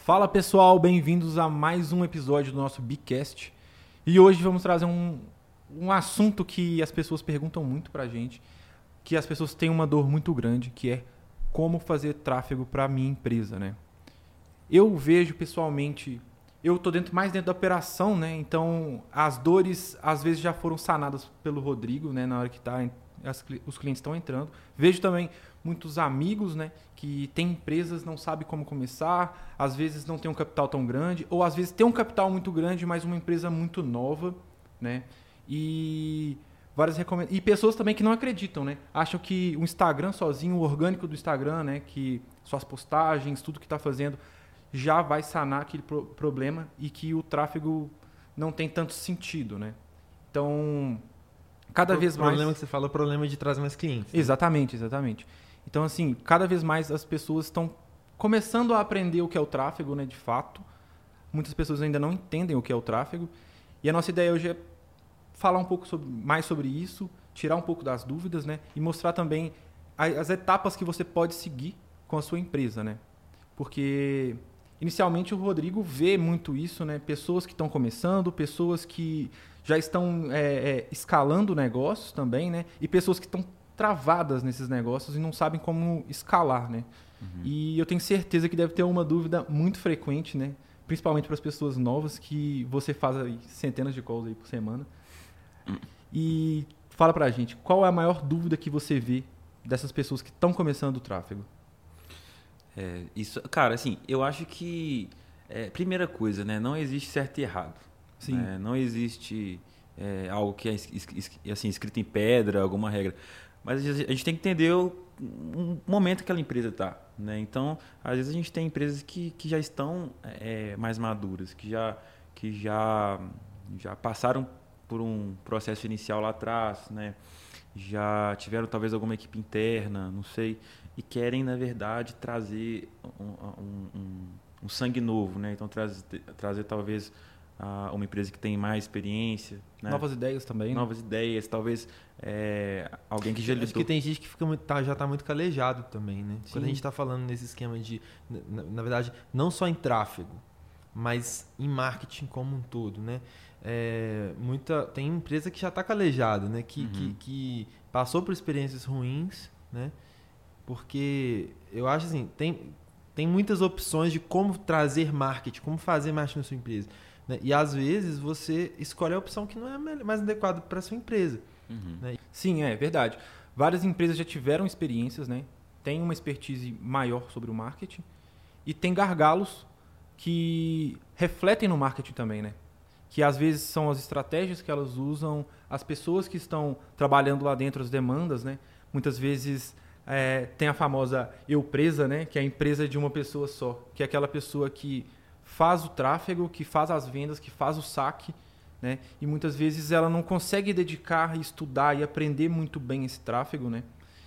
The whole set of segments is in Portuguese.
Fala pessoal, bem-vindos a mais um episódio do nosso Bicast. E hoje vamos trazer um assunto que as pessoas perguntam muito pra gente, que as pessoas têm uma dor muito grande, que é como fazer tráfego para minha empresa, né? Eu vejo pessoalmente, eu tô mais dentro da operação, né? Então as dores às vezes já foram sanadas pelo Rodrigo, né? Na hora que os clientes estão entrando. Vejo também muitos amigos, né, que têm empresas, não sabem como começar, às vezes não tem um capital tão grande, ou às vezes tem um capital muito grande, mas uma empresa muito nova, né? E pessoas também que não acreditam, né? Acham que o Instagram sozinho, o orgânico do Instagram, né, que suas postagens, tudo que está fazendo já vai sanar aquele problema e que o tráfego não tem tanto sentido, né? Então, cada vez mais... O problema que você fala é o problema de trazer mais clientes. Né? Exatamente. Então, assim, cada vez mais as pessoas estão começando a aprender o que é o tráfego, né, de fato. Muitas pessoas ainda não entendem o que é o tráfego. E a nossa ideia hoje é falar um pouco mais sobre isso, tirar um pouco das dúvidas, né, e mostrar também as etapas que você pode seguir com a sua empresa, né? Porque inicialmente o Rodrigo vê muito isso, né? Pessoas que estão começando, pessoas que já estão escalando negócios também, né? E pessoas que estão travadas nesses negócios e não sabem como escalar, né? Uhum. E eu tenho certeza que deve ter uma dúvida muito frequente, né? Principalmente para as pessoas novas, que você faz aí centenas de calls aí por semana. E fala pra gente, qual é a maior dúvida que você vê dessas pessoas que estão começando o tráfego? Cara, assim, eu acho que primeira coisa, né? Não existe certo e errado. Sim. Não existe algo que é assim, escrito em pedra, alguma regra. Mas a gente tem que entender o momento que aquela empresa está, né? Então, às vezes a gente tem empresas que já estão mais maduras, que já passaram por um processo inicial lá atrás, né? Já tiveram talvez alguma equipe interna, não sei, e querem, na verdade, trazer um sangue novo, né? Então, trazer talvez uma empresa que tem mais experiência. Né? Novas ideias também. Novas ideias, talvez alguém que já lidou. Acho que tem gente que já está muito calejado também, né? Sim. Quando a gente está falando nesse esquema de, na verdade, não só em tráfego, mas em marketing como um todo, né? Tem empresa que já está calejada, né? Que passou por experiências ruins, né? Porque eu acho assim, tem muitas opções de como trazer marketing, como fazer marketing na sua empresa. Né? E às vezes você escolhe a opção que não é mais adequada para a sua empresa. Uhum. Né? Sim, é verdade. Várias empresas já tiveram experiências, né? Tem uma expertise maior sobre o marketing e tem gargalos que refletem no marketing também, né? Que às vezes são as estratégias que elas usam, as pessoas que estão trabalhando lá dentro, as demandas, né? Muitas vezes tem a famosa eu presa, né? Que é a empresa de uma pessoa só, que é aquela pessoa que faz o tráfego, que faz as vendas, que faz o saque, né? E muitas vezes ela não consegue dedicar, estudar e aprender muito bem esse tráfego, né?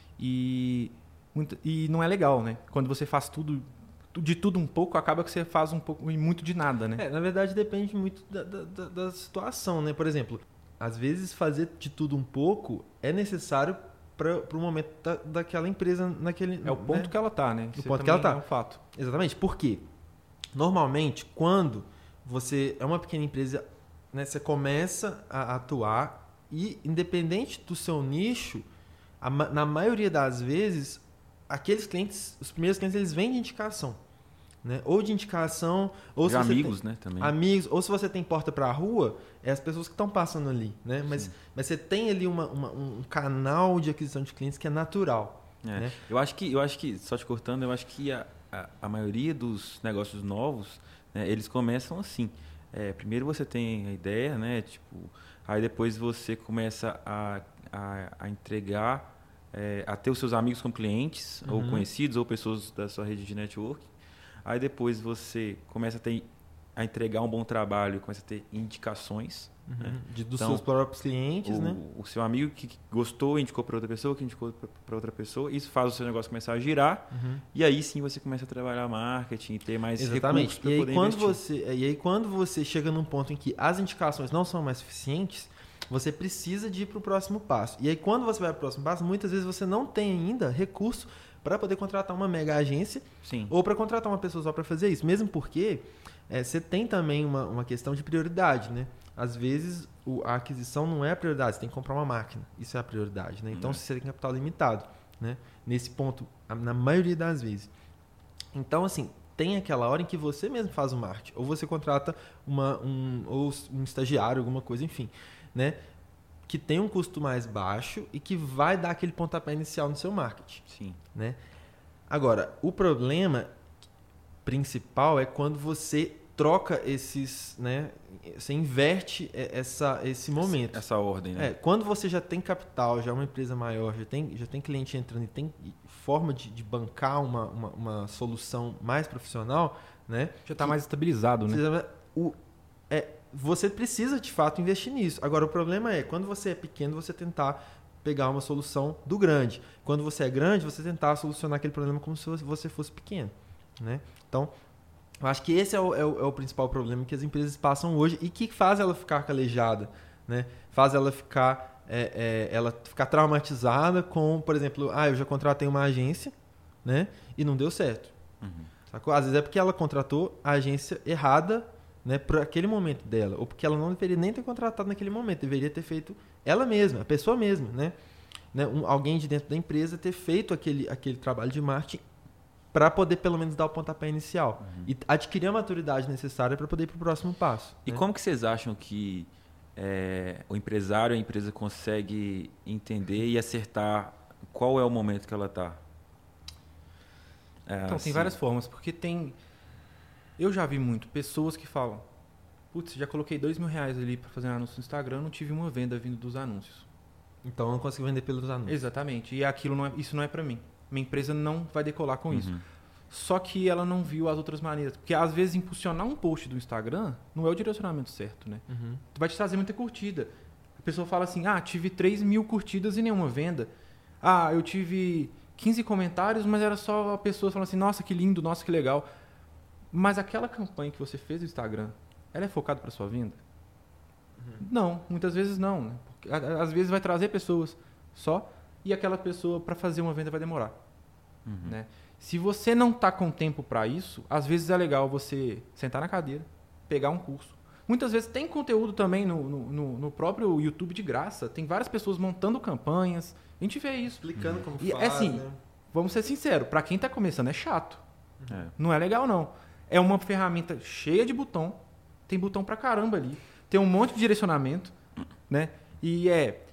E não é legal, né? Quando você faz de tudo um pouco, acaba que você faz um pouco e muito de nada, né? Na verdade, depende muito da situação, né? Por exemplo, às vezes fazer de tudo um pouco é necessário para o momento daquela empresa naquele... É o ponto que ela está, né? O ponto que ela está. É um fato. Exatamente. Por quê? Normalmente, quando você é uma pequena empresa, né, você começa a atuar e, independente do seu nicho, na maioria das vezes, aqueles clientes, os primeiros clientes, eles vêm de indicação. Né? Ou de indicação, ou de amigos, né? Também. Amigos, ou se você tem porta para a rua, é as pessoas que estão passando ali. Né? Mas você tem ali um canal de aquisição de clientes que é natural. Né? Eu acho que, só te cortando, eu acho que a maioria dos negócios novos, né, eles começam assim. Primeiro você tem a ideia, né? Tipo, aí depois você começa a entregar, a ter os seus amigos como clientes, ou conhecidos, ou pessoas da sua rede de network. Aí depois você começa a entregar um bom trabalho, começa a ter indicações. Né? Dos seus próprios clientes, né? O seu amigo que gostou, indicou para outra pessoa, que indicou para outra pessoa. Isso faz o seu negócio começar a girar. E aí sim você começa a trabalhar marketing, ter mais recursos para poder investir. E aí quando você chega num ponto em que as indicações não são mais suficientes, você precisa de ir para o próximo passo. E aí quando você vai para o próximo passo, muitas vezes você não tem ainda recurso para poder contratar uma mega agência Sim. ou para contratar uma pessoa só para fazer isso. Mesmo porque você tem também uma questão de prioridade, né? Às vezes a aquisição não é a prioridade, você tem que comprar uma máquina. Isso é a prioridade, né? Então você tem capital limitado, né? Nesse ponto, na maioria das vezes. Então, assim, tem aquela hora em que você mesmo faz o marketing, ou você contrata um estagiário, alguma coisa, enfim, né? Que tem um custo mais baixo e que vai dar aquele pontapé inicial no seu marketing. Sim. Né? Agora, o problema principal é quando você troca esses, né? Você inverte esse momento. Essa ordem, né? Quando você já tem capital, já é uma empresa maior, já tem cliente entrando e tem forma de bancar uma solução mais profissional, né? Já está mais estabilizado, né? Você precisa, de fato, investir nisso. Agora, o problema é, quando você é pequeno, você tentar pegar uma solução do grande. Quando você é grande, você tentar solucionar aquele problema como se você fosse pequeno, né? Então, eu acho que esse é o principal problema que as empresas passam hoje e que faz ela ficar calejada, né? Faz ela ficar traumatizada com, por exemplo, eu já contratei uma agência, né? E não deu certo. Sacou? Às vezes é porque ela contratou a agência errada, né, para aquele momento dela, ou porque ela não deveria nem ter contratado naquele momento, deveria ter feito ela mesma, a pessoa mesma, né? Alguém de dentro da empresa ter feito aquele trabalho de marketing para poder pelo menos dar o pontapé inicial e adquirir a maturidade necessária para poder ir para o próximo passo. E né? como que vocês acham que o empresário, a empresa consegue entender e acertar qual é o momento que ela está? Então, tem várias formas, porque eu já vi muito pessoas que falam, putz, já coloquei R$2.000 ali para fazer um anúncio no Instagram, não tive uma venda vindo dos anúncios. Então eu não consigo vender pelos anúncios. Exatamente. E isso não é para mim. Minha empresa não vai decolar com isso. Só que ela não viu as outras maneiras. Porque às vezes impulsionar um post do Instagram não é o direcionamento certo, né? Vai te trazer muita curtida. A pessoa fala assim, tive 3.000 curtidas e nenhuma venda. Eu tive 15 comentários, mas era só a pessoa falando assim, nossa, que lindo, nossa, que legal. Mas aquela campanha que você fez no Instagram, ela é focada para sua venda? Não, muitas vezes não. Né? Porque, às vezes vai trazer pessoas só e aquela pessoa para fazer uma venda vai demorar. Né? Se você não está com tempo para isso, às vezes é legal você sentar na cadeira, pegar um curso. Muitas vezes tem conteúdo também no próprio YouTube de graça. Tem várias pessoas montando campanhas. A gente vê isso. Explicando como e faz, assim, né? Vamos ser sinceros, para quem está começando é chato. Não é legal, não. É uma ferramenta cheia de botão. Tem botão pra caramba ali. Tem um monte de direcionamento, né? E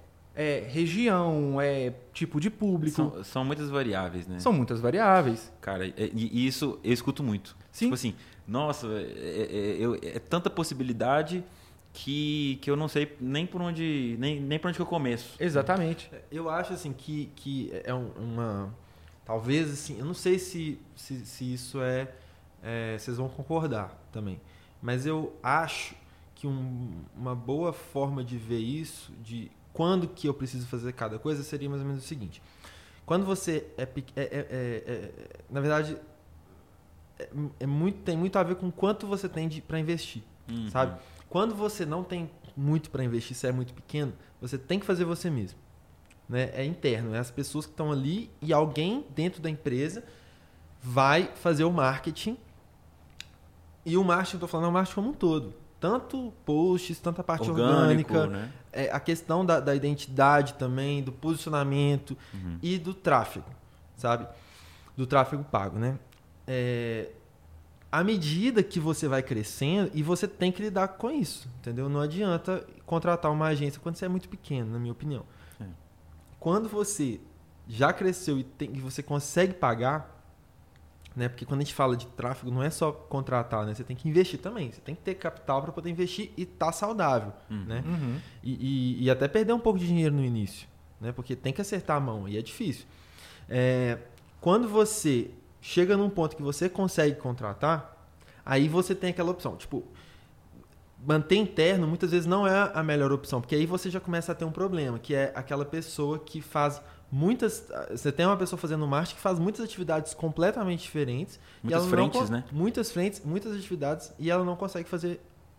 região, tipo de público. São muitas variáveis, né? São muitas variáveis. Cara, e isso eu escuto muito. Sim. Tipo assim, nossa, é tanta possibilidade que eu não sei nem por onde que eu começo. Exatamente. Eu acho assim que é talvez assim, eu não sei se isso vocês vão concordar também, mas eu acho que uma boa forma de ver isso, de quando que eu preciso fazer cada coisa, seria mais ou menos o seguinte: quando você na verdade tem muito a ver com quanto você tem para investir, sabe? Quando você não tem muito para investir, se é muito pequeno, você tem que fazer você mesmo, né? É interno, é as pessoas que estão ali e alguém dentro da empresa vai fazer o marketing. E o marketing, eu estou falando, é o marketing como um todo. Tanto posts, tanto a parte orgânica, né? A questão da identidade também, do posicionamento e do tráfego, sabe? Do tráfego pago, né? À medida que você vai crescendo, e você tem que lidar com isso, entendeu? Não adianta contratar uma agência quando você é muito pequeno, na minha opinião. Quando você já cresceu e você consegue pagar, né? Porque quando a gente fala de tráfego, não é só contratar, né? Você tem que investir também. Você tem que ter capital para poder investir e estar saudável, né? E até perder um pouco de dinheiro no início, né? Porque tem que acertar a mão e é difícil. Quando você chega num ponto que você consegue contratar, aí você tem aquela opção. Tipo, manter interno muitas vezes não é a melhor opção, porque aí você já começa a ter um problema, que é aquela pessoa que faz você tem uma pessoa fazendo marketing que faz muitas atividades completamente diferentes. Muitas frentes, né? Muitas frentes, muitas atividades, e ela não consegue fazer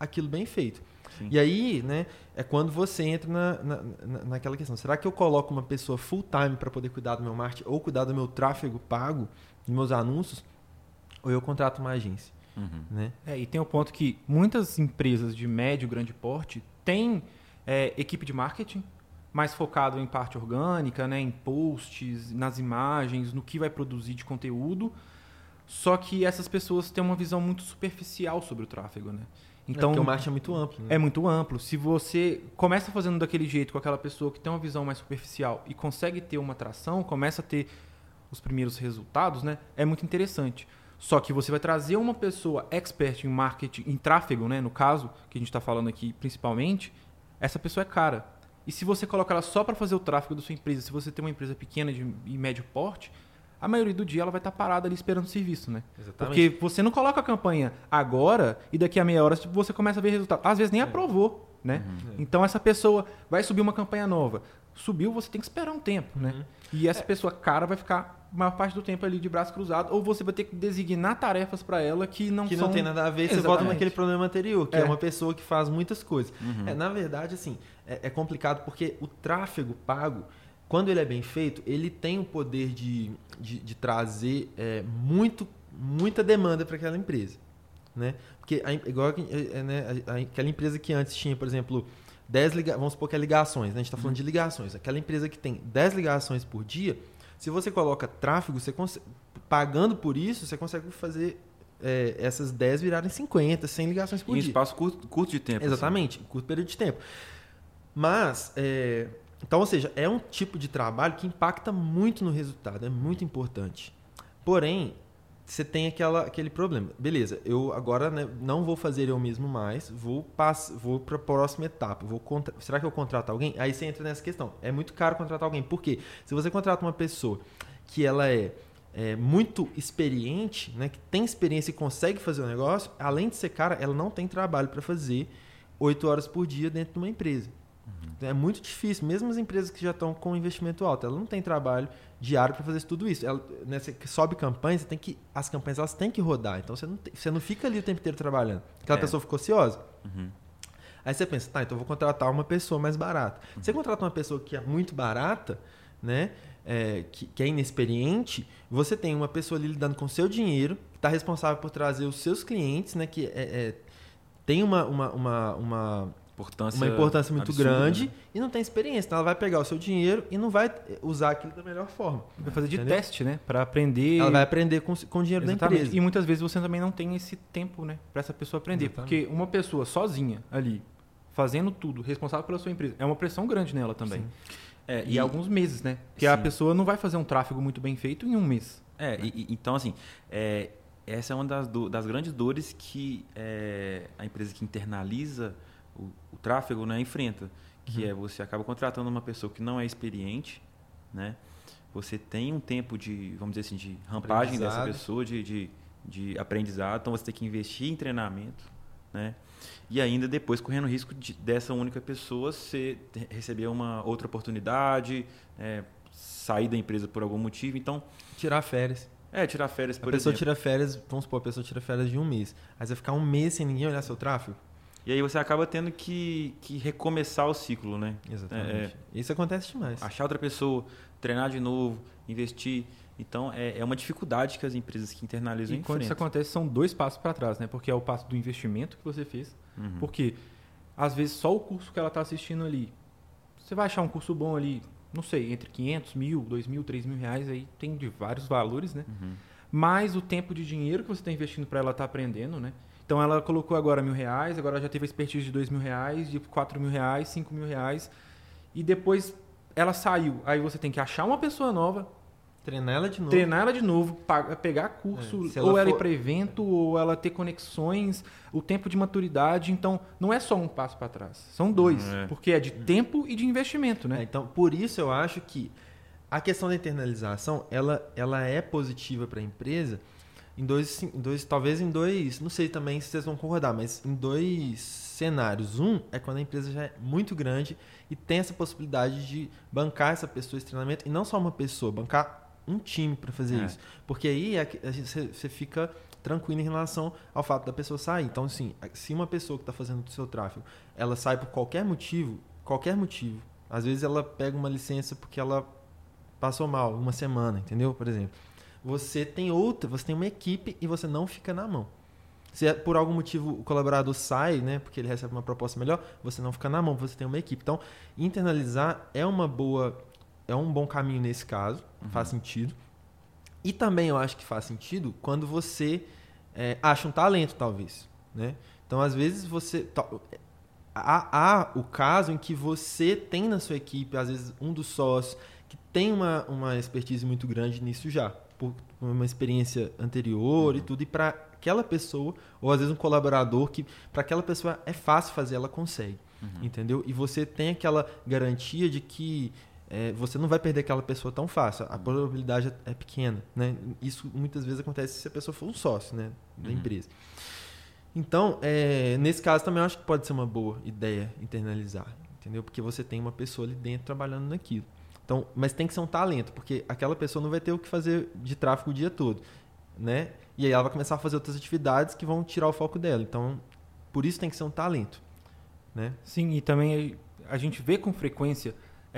aquilo bem feito. Sim. E aí, né, é quando você entra naquela questão. Será que eu coloco uma pessoa full time para poder cuidar do meu marketing ou cuidar do meu tráfego pago, dos meus anúncios, ou eu contrato uma agência? Né? E tem o ponto que muitas empresas de médio e grande porte têm equipe de marketing mais focado em parte orgânica, né, em posts, nas imagens, no que vai produzir de conteúdo. Só que essas pessoas têm uma visão muito superficial sobre o tráfego, né? Então, porque o marketing é muito amplo. Né? É muito amplo. Se você começa fazendo daquele jeito com aquela pessoa que tem uma visão mais superficial e consegue ter uma atração, começa a ter os primeiros resultados, né? É muito interessante. Só que você vai trazer uma pessoa expert em marketing, em tráfego, né? No caso, que a gente está falando aqui principalmente, essa pessoa é cara. E se você coloca ela só para fazer o tráfego da sua empresa, se você tem uma empresa pequena e médio porte, a maioria do dia ela vai estar parada ali esperando o serviço, né? Exatamente. Porque você não coloca a campanha agora e daqui a meia hora você começa a ver resultado. Às vezes nem aprovou, né? Então essa pessoa vai subir uma campanha nova. Subiu, você tem que esperar um tempo, né? E essa pessoa cara vai ficar a maior parte do tempo ali de braço cruzado, ou você vai ter que designar tarefas para ela que não tem nada a ver. Você volta naquele problema anterior, que é uma pessoa que faz muitas coisas. Na verdade, assim, é complicado porque o tráfego pago, quando ele é bem feito, ele tem o poder de trazer muita demanda para aquela empresa. Né? Porque, igual aquela empresa que antes tinha, por exemplo, 10 ligações, vamos supor que é ligações, né? A gente está falando de ligações. Aquela empresa que tem 10 ligações por dia, se você coloca tráfego, pagando por isso, você consegue fazer essas 10 virarem 50, 100 ligações por dia. Em espaço curto de tempo. Exatamente, curto período de tempo. Mas... Então, ou seja, é um tipo de trabalho que impacta muito no resultado, é muito importante. Porém, você tem aquele problema. Beleza, eu agora, né, não vou fazer eu mesmo mais, vou para a próxima etapa. Será que eu contrato alguém? Aí você entra nessa questão. É muito caro contratar alguém. Por quê? Se você contrata uma pessoa que ela é muito experiente, né, que tem experiência e consegue fazer o negócio, além de ser cara, ela não tem trabalho para fazer 8 horas por dia dentro de uma empresa. É muito difícil, mesmo as empresas que já estão com investimento alto, ela não tem trabalho diário para fazer tudo isso. Você sobe campanha, as campanhas elas têm que rodar, então você não fica ali o tempo inteiro trabalhando. Aquela pessoa ficou ociosa. Aí você pensa, então eu vou contratar uma pessoa mais barata. Você contrata uma pessoa que é muito barata, né, que é inexperiente, você tem uma pessoa ali lidando com o seu dinheiro, que está responsável por trazer os seus clientes, né, que tem uma importância muito absurda, grande, né? E não tem experiência. Então ela vai pegar o seu dinheiro e não vai usar aquilo da melhor forma. Vai fazer de teste, né? Para aprender. Ela vai aprender com o dinheiro da empresa. E muitas vezes você também não tem esse tempo, né? Para essa pessoa aprender. Exatamente. Porque uma pessoa sozinha ali, fazendo tudo, responsável pela sua empresa, é uma pressão grande nela também. E alguns meses, né? Porque a pessoa não vai fazer um tráfego muito bem feito em um mês. Então, assim, essa é uma das grandes dores que a empresa que internaliza o tráfego, né, enfrenta, que você acaba contratando uma pessoa que não é experiente, né? Você tem um tempo de, vamos dizer assim, de rampagem dessa pessoa, de aprendizado, então você tem que investir em treinamento, né? E ainda depois correndo o risco dessa única pessoa receber uma outra oportunidade, sair da empresa por algum motivo, então... Tirar férias. Tirar férias, por exemplo. A pessoa tira férias, vamos supor, a pessoa tira férias de um mês. Aí você vai ficar um mês sem ninguém olhar seu tráfego? E aí você acaba tendo que recomeçar o ciclo, né? Exatamente. Isso acontece demais. Achar outra pessoa, treinar de novo, investir. Então, é uma dificuldade que as empresas que internalizam enfrentam. E quando isso acontece, são 2 passos para trás, né? Porque é o passo do investimento que você fez. Porque, às vezes, só o curso que ela está assistindo ali, você vai achar um curso bom ali, não sei, entre 500, 1.000, 2.000, 3.000 reais, aí tem de vários valores, né? Mais o tempo de dinheiro que você está investindo para ela estar aprendendo, né? Então ela colocou agora R$1.000, agora já teve a expertise de R$2.000, de R$4.000, R$5.000, e depois ela saiu. Aí você tem que achar uma pessoa nova, treinar ela de novo, pegar curso, ou ela ir para evento, ou ela ter conexões, o tempo de maturidade. Então não é só um passo para trás, são 2, porque é de tempo e de investimento, né? Então por isso eu acho que a questão da internalização ela é positiva para a empresa. Talvez em dois, não sei também se vocês vão concordar, mas em 2 cenários. Um é quando a empresa já é muito grande e tem essa possibilidade de bancar essa pessoa esse treinamento, e não só uma pessoa, bancar um time para fazer isso. Porque aí você fica tranquilo em relação ao fato da pessoa sair. Então, assim, se uma pessoa que está fazendo o seu tráfego, ela sai por qualquer motivo, às vezes ela pega uma licença porque ela passou mal uma semana, entendeu? Por exemplo, você tem uma equipe e você não fica na mão. Se por algum motivo o colaborador sai, né, porque ele recebe uma proposta melhor, você não fica na mão, você tem uma equipe. Então, internalizar é um bom caminho nesse caso, faz sentido. E também eu acho que faz sentido quando você acha um talento, talvez, né? Então, às vezes, há o caso em que você tem na sua equipe, às vezes, um dos sócios que tem uma expertise muito grande nisso já, por uma experiência anterior e tudo, e para aquela pessoa, ou às vezes um colaborador que para aquela pessoa é fácil fazer, ela consegue, entendeu? E você tem aquela garantia de que você não vai perder aquela pessoa tão fácil, a probabilidade é pequena, né? Isso muitas vezes acontece se a pessoa for um sócio, né, da empresa. Então, nesse caso também eu acho que pode ser uma boa ideia internalizar, entendeu? Porque você tem uma pessoa ali dentro trabalhando naquilo. Então, mas tem que ser um talento, porque aquela pessoa não vai ter o que fazer de tráfego o dia todo, né? E aí ela vai começar a fazer outras atividades que vão tirar o foco dela. Então, por isso tem que ser um talento, né? Sim, e também a gente vê com frequência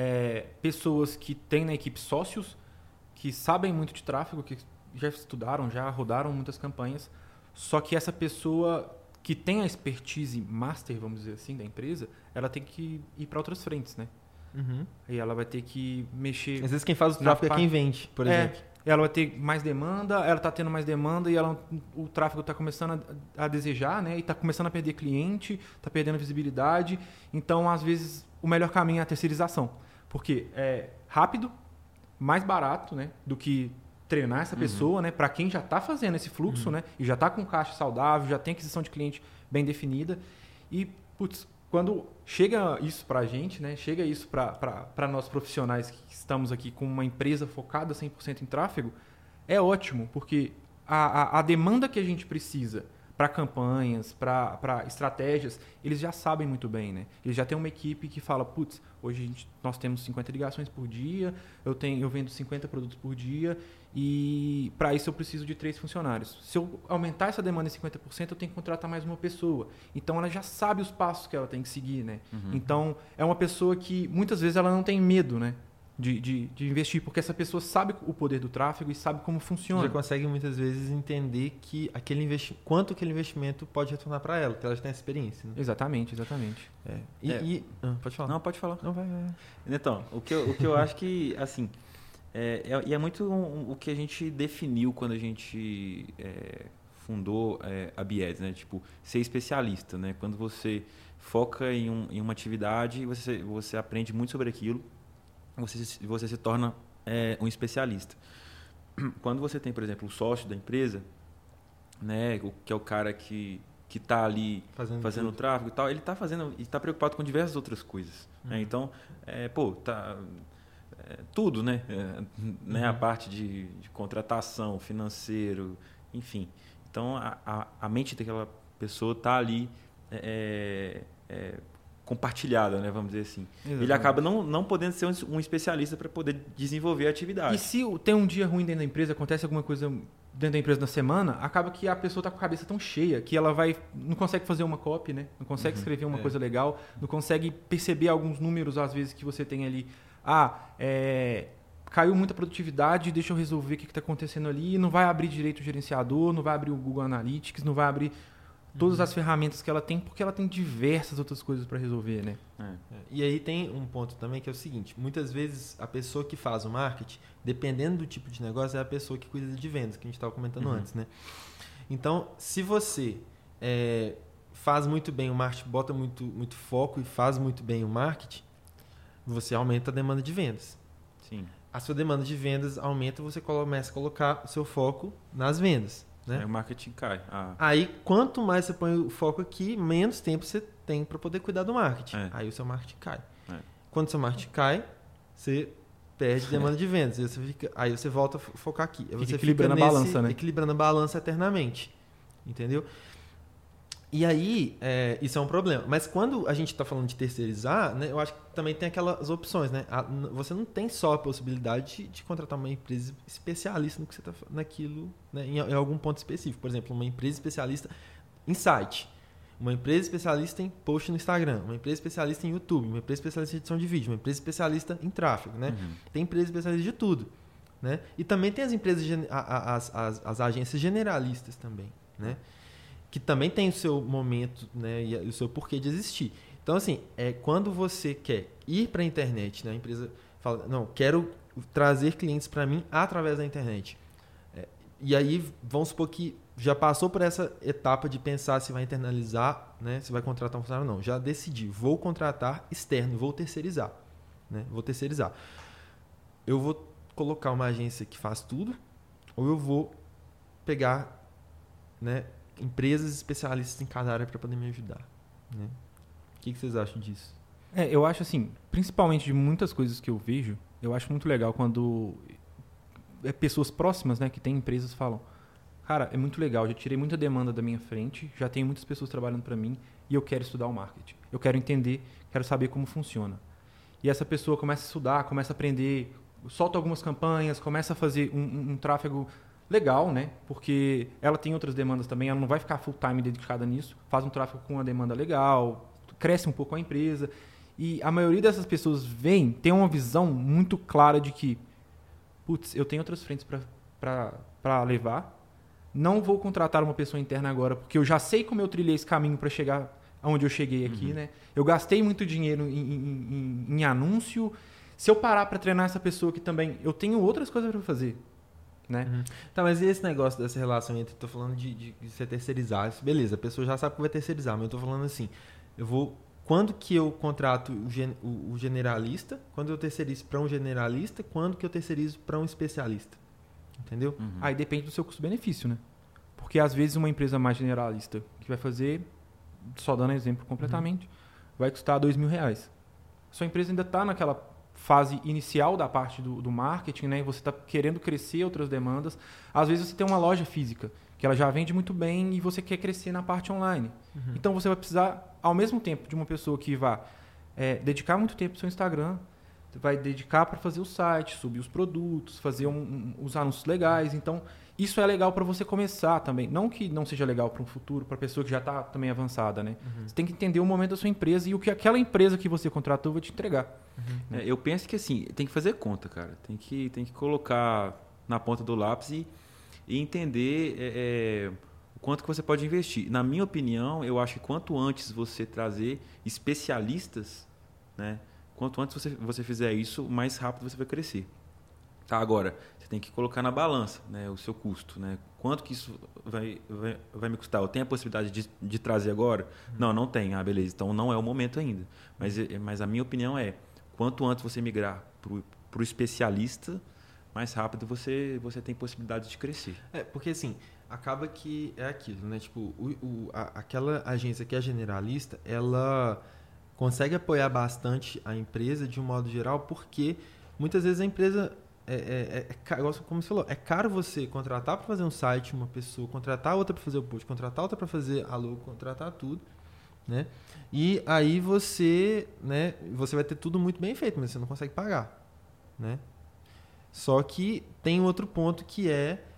pessoas que têm na equipe sócios que sabem muito de tráfego, que já estudaram, já rodaram muitas campanhas, só que essa pessoa que tem a expertise master, vamos dizer assim, da empresa, ela tem que ir para outras frentes, né? Aí ela vai ter que mexer... Às vezes quem faz o tráfego é quem vende, por exemplo. Ela vai ter mais demanda, ela está tendo mais demanda e o tráfego está começando a desejar, né? E está começando a perder cliente, está perdendo visibilidade. Então, às vezes, o melhor caminho é a terceirização. Porque é rápido, mais barato, né? Do que treinar essa pessoa, né? Para quem já está fazendo esse fluxo, né? E já está com caixa saudável, já tem aquisição de cliente bem definida. E, putz, quando chega isso para a gente, né? Chega isso para nós profissionais que estamos aqui com uma empresa focada 100% em tráfego, é ótimo, porque a demanda que a gente precisa para campanhas, para estratégias, eles já sabem muito bem, né? Eles já têm uma equipe que fala, putz, hoje nós temos 50 ligações por dia, eu vendo 50 produtos por dia e para isso eu preciso de 3 funcionários. Se eu aumentar essa demanda em 50%, eu tenho que contratar mais uma pessoa. Então ela já sabe os passos que ela tem que seguir, né? Então é uma pessoa que muitas vezes ela não tem medo, né? De investir, porque essa pessoa sabe o poder do tráfego e sabe como funciona. Já consegue muitas vezes entender que quanto aquele investimento pode retornar para ela, porque ela já tem essa experiência. Né? Exatamente. Pode falar. Não, pode falar. Não, vai. Então, o que eu acho que, assim, e é muito o que a gente definiu quando a gente fundou a Bieds, né? Tipo, ser especialista, né? Quando você foca em uma atividade, você aprende muito sobre aquilo, você se torna um especialista. Quando você tem, por exemplo, o sócio da empresa, né, que é o cara que está ali fazendo o tráfego e tal, ele está preocupado com diversas outras coisas. Né? Então, tudo, né? A parte de contratação, financeiro, enfim. Então, a mente daquela pessoa está ali compartilhada, né, vamos dizer assim. Exatamente. Ele acaba não podendo ser um especialista para poder desenvolver a atividade. E se tem um dia ruim dentro da empresa, acontece alguma coisa dentro da empresa na semana, acaba que a pessoa está com a cabeça tão cheia que ela não consegue fazer uma copy, né? Não consegue escrever uma coisa legal, não consegue perceber alguns números, às vezes, que você tem ali. Caiu muita produtividade, deixa eu resolver o que está acontecendo ali, não vai abrir direito o gerenciador, não vai abrir o Google Analytics, não vai abrir todas as ferramentas que ela tem, porque ela tem diversas outras coisas para resolver, né? E aí tem um ponto também que é o seguinte, muitas vezes a pessoa que faz o marketing, dependendo do tipo de negócio, é a pessoa que cuida de vendas, que a gente estava comentando antes, né? Então, se você faz muito bem o marketing, bota muito foco e faz muito bem o marketing, você aumenta a demanda de vendas. Sim. A sua demanda de vendas aumenta, você começa a colocar o seu foco nas vendas. Né? Aí o marketing cai. Aí, quanto mais você põe o foco aqui, menos tempo você tem para poder cuidar do marketing. Aí o seu marketing cai. Quando o seu marketing cai, você perde demanda de vendas. Aí você volta a focar aqui. Aí você equilibrando a balança, né? Equilibrando a balança eternamente. Entendeu? E aí, isso é um problema. Mas quando a gente está falando de terceirizar, né, eu acho que também tem aquelas opções, né? Você não tem só a possibilidade de contratar uma empresa especialista no que você está naquilo, né, em algum ponto específico. Por exemplo, uma empresa especialista em site, uma empresa especialista em post no Instagram, uma empresa especialista em YouTube, uma empresa especialista em edição de vídeo, uma empresa especialista em tráfego, né? Tem empresa especialista de tudo, né? E também tem as empresas, as agências generalistas também, né? Que também tem o seu momento, né, e o seu porquê de existir. Então, assim, quando você quer ir para a internet, né, a empresa fala, não, quero trazer clientes para mim através da internet. E aí, vamos supor que já passou por essa etapa de pensar se vai internalizar, né, se vai contratar um funcionário ou não. Já decidi, vou contratar externo, vou terceirizar. Né, vou terceirizar. Eu vou colocar uma agência que faz tudo, ou eu vou pegar, né, empresas especialistas em cada área para poder me ajudar, né? O que vocês acham disso? Eu acho assim, principalmente de muitas coisas que eu vejo, eu acho muito legal quando pessoas próximas, né, que têm empresas falam, cara, é muito legal, já tirei muita demanda da minha frente, já tenho muitas pessoas trabalhando para mim e eu quero estudar o marketing. Eu quero entender, quero saber como funciona. E essa pessoa começa a estudar, começa a aprender, solta algumas campanhas, começa a fazer um tráfego legal, né? Porque ela tem outras demandas também, ela não vai ficar full time dedicada nisso, faz um tráfego com uma demanda legal, cresce um pouco a empresa. E a maioria dessas pessoas tem uma visão muito clara de que, putz, eu tenho outras frentes para levar, não vou contratar uma pessoa interna agora, porque eu já sei como eu trilhei esse caminho para chegar aonde eu cheguei aqui, né? Eu gastei muito dinheiro em anúncio. Se eu parar para treinar essa pessoa aqui também, eu tenho outras coisas para fazer. Né? Tá, mas e esse negócio dessa relação entre, tô falando de ser terceirizar, beleza, a pessoa já sabe que vai terceirizar, mas eu tô falando assim, quando que eu contrato o generalista, quando eu terceirizo para um generalista, quando que eu terceirizo para um especialista, entendeu? Aí depende do seu custo-benefício, né? Porque às vezes uma empresa mais generalista, que vai fazer, só dando exemplo completamente, vai custar R$2.000. Sua empresa ainda está naquela fase inicial da parte do marketing, né? E você está querendo crescer outras demandas. Às vezes você tem uma loja física que ela já vende muito bem e você quer crescer na parte online. Então você vai precisar, ao mesmo tempo, de uma pessoa que vá dedicar muito tempo ao seu Instagram, vai dedicar para fazer o site, subir os produtos, fazer os anúncios legais. Então isso é legal para você começar também. Não que não seja legal para um futuro, para a pessoa que já está também avançada, né? Você tem que entender o momento da sua empresa e o que aquela empresa que você contratou vai te entregar. Eu penso que assim, tem que fazer conta, cara. Tem que colocar na ponta do lápis e entender o quanto que você pode investir. Na minha opinião, eu acho que quanto antes você trazer especialistas, né? Quanto antes você fizer isso, mais rápido você vai crescer. Tá, agora, você tem que colocar na balança, né, o seu custo. Né? Quanto que isso vai me custar? Eu tenho a possibilidade de trazer agora? Não tem. Ah, beleza. Então não é o momento ainda. Mas a minha opinião é, quanto antes você migrar para o especialista, mais rápido você tem possibilidade de crescer. Porque assim, acaba que é aquilo, né? Tipo, aquela agência que é generalista, ela consegue apoiar bastante a empresa de um modo geral, porque muitas vezes a empresa... como você falou, é caro você contratar para fazer um site uma pessoa, contratar outra para fazer o post, contratar outra para fazer a logo, contratar tudo, né? E aí você vai ter tudo muito bem feito, mas você não consegue pagar, né? Só que tem outro ponto que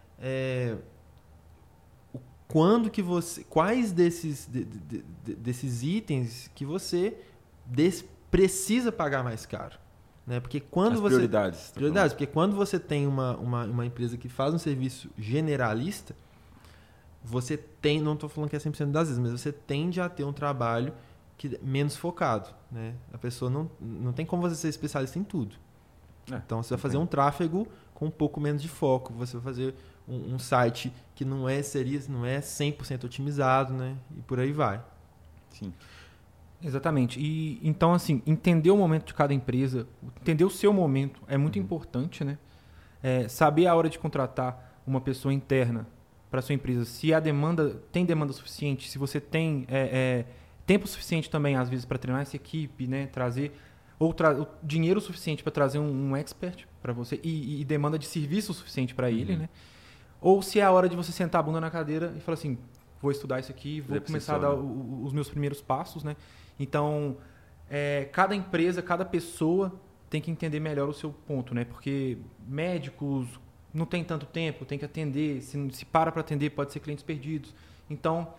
quando que você, quais desses itens que você precisa pagar mais caro. Né? Porque quando prioridades. Porque quando você tem uma empresa que faz um serviço generalista, você tem, não estou falando que é 100% das vezes, mas você tende a ter um trabalho menos focado. Né? A pessoa não tem como você ser especialista em tudo. Então você vai fazer um tráfego com um pouco menos de foco, você vai fazer um site que não é 100% otimizado, né? E por aí vai. Sim. Exatamente. E então, assim, entender o momento de cada empresa, entender o seu momento é muito importante, né? Saber a hora de contratar uma pessoa interna para sua empresa, se a demanda tem demanda suficiente, se você tem tempo suficiente também, às vezes, para treinar essa equipe, né? Trazer dinheiro suficiente para trazer um expert para você e demanda de serviço suficiente para ele, né? Ou se é a hora de você sentar a bunda na cadeira e falar assim, vou estudar isso aqui, vou Fazer por si começar a só, dar né? os meus primeiros passos, né? Então, cada empresa, cada pessoa tem que entender melhor o seu ponto, né? Porque médicos não tem tanto tempo, tem que atender, se para atender pode ser clientes perdidos. Então,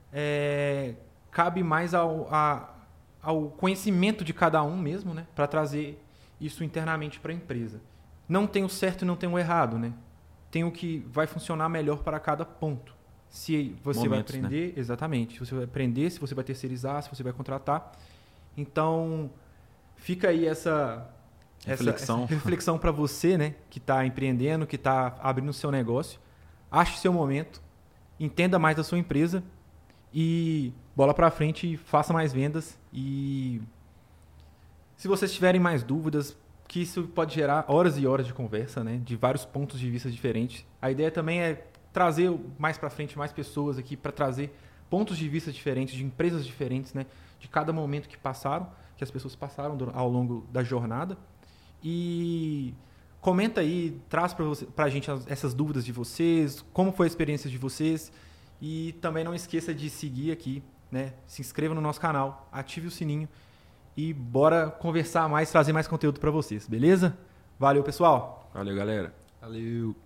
cabe mais ao conhecimento de cada um mesmo, né? Para trazer isso internamente para a empresa. Não tem o certo e não tem o errado, né? Tem o que vai funcionar melhor para cada ponto. Se você Momentos, vai aprender, né? Exatamente. Se você vai aprender, se você vai terceirizar, se você vai contratar. Então, fica aí essa reflexão para você, né? Que está empreendendo, que está abrindo o seu negócio. Ache seu momento, entenda mais da sua empresa e bola para frente, faça mais vendas. E se vocês tiverem mais dúvidas, que isso pode gerar horas e horas de conversa, né? De vários pontos de vista diferentes. A ideia também é trazer mais para frente mais pessoas aqui para trazer pontos de vista diferentes, de empresas diferentes, né? De cada momento que passaram, que as pessoas passaram ao longo da jornada. E comenta aí, traz para a gente essas dúvidas de vocês, como foi a experiência de vocês. E também não esqueça de seguir aqui, né? Se inscreva no nosso canal, ative o sininho. E bora conversar mais, trazer mais conteúdo para vocês, beleza? Valeu, pessoal! Valeu, galera. Valeu.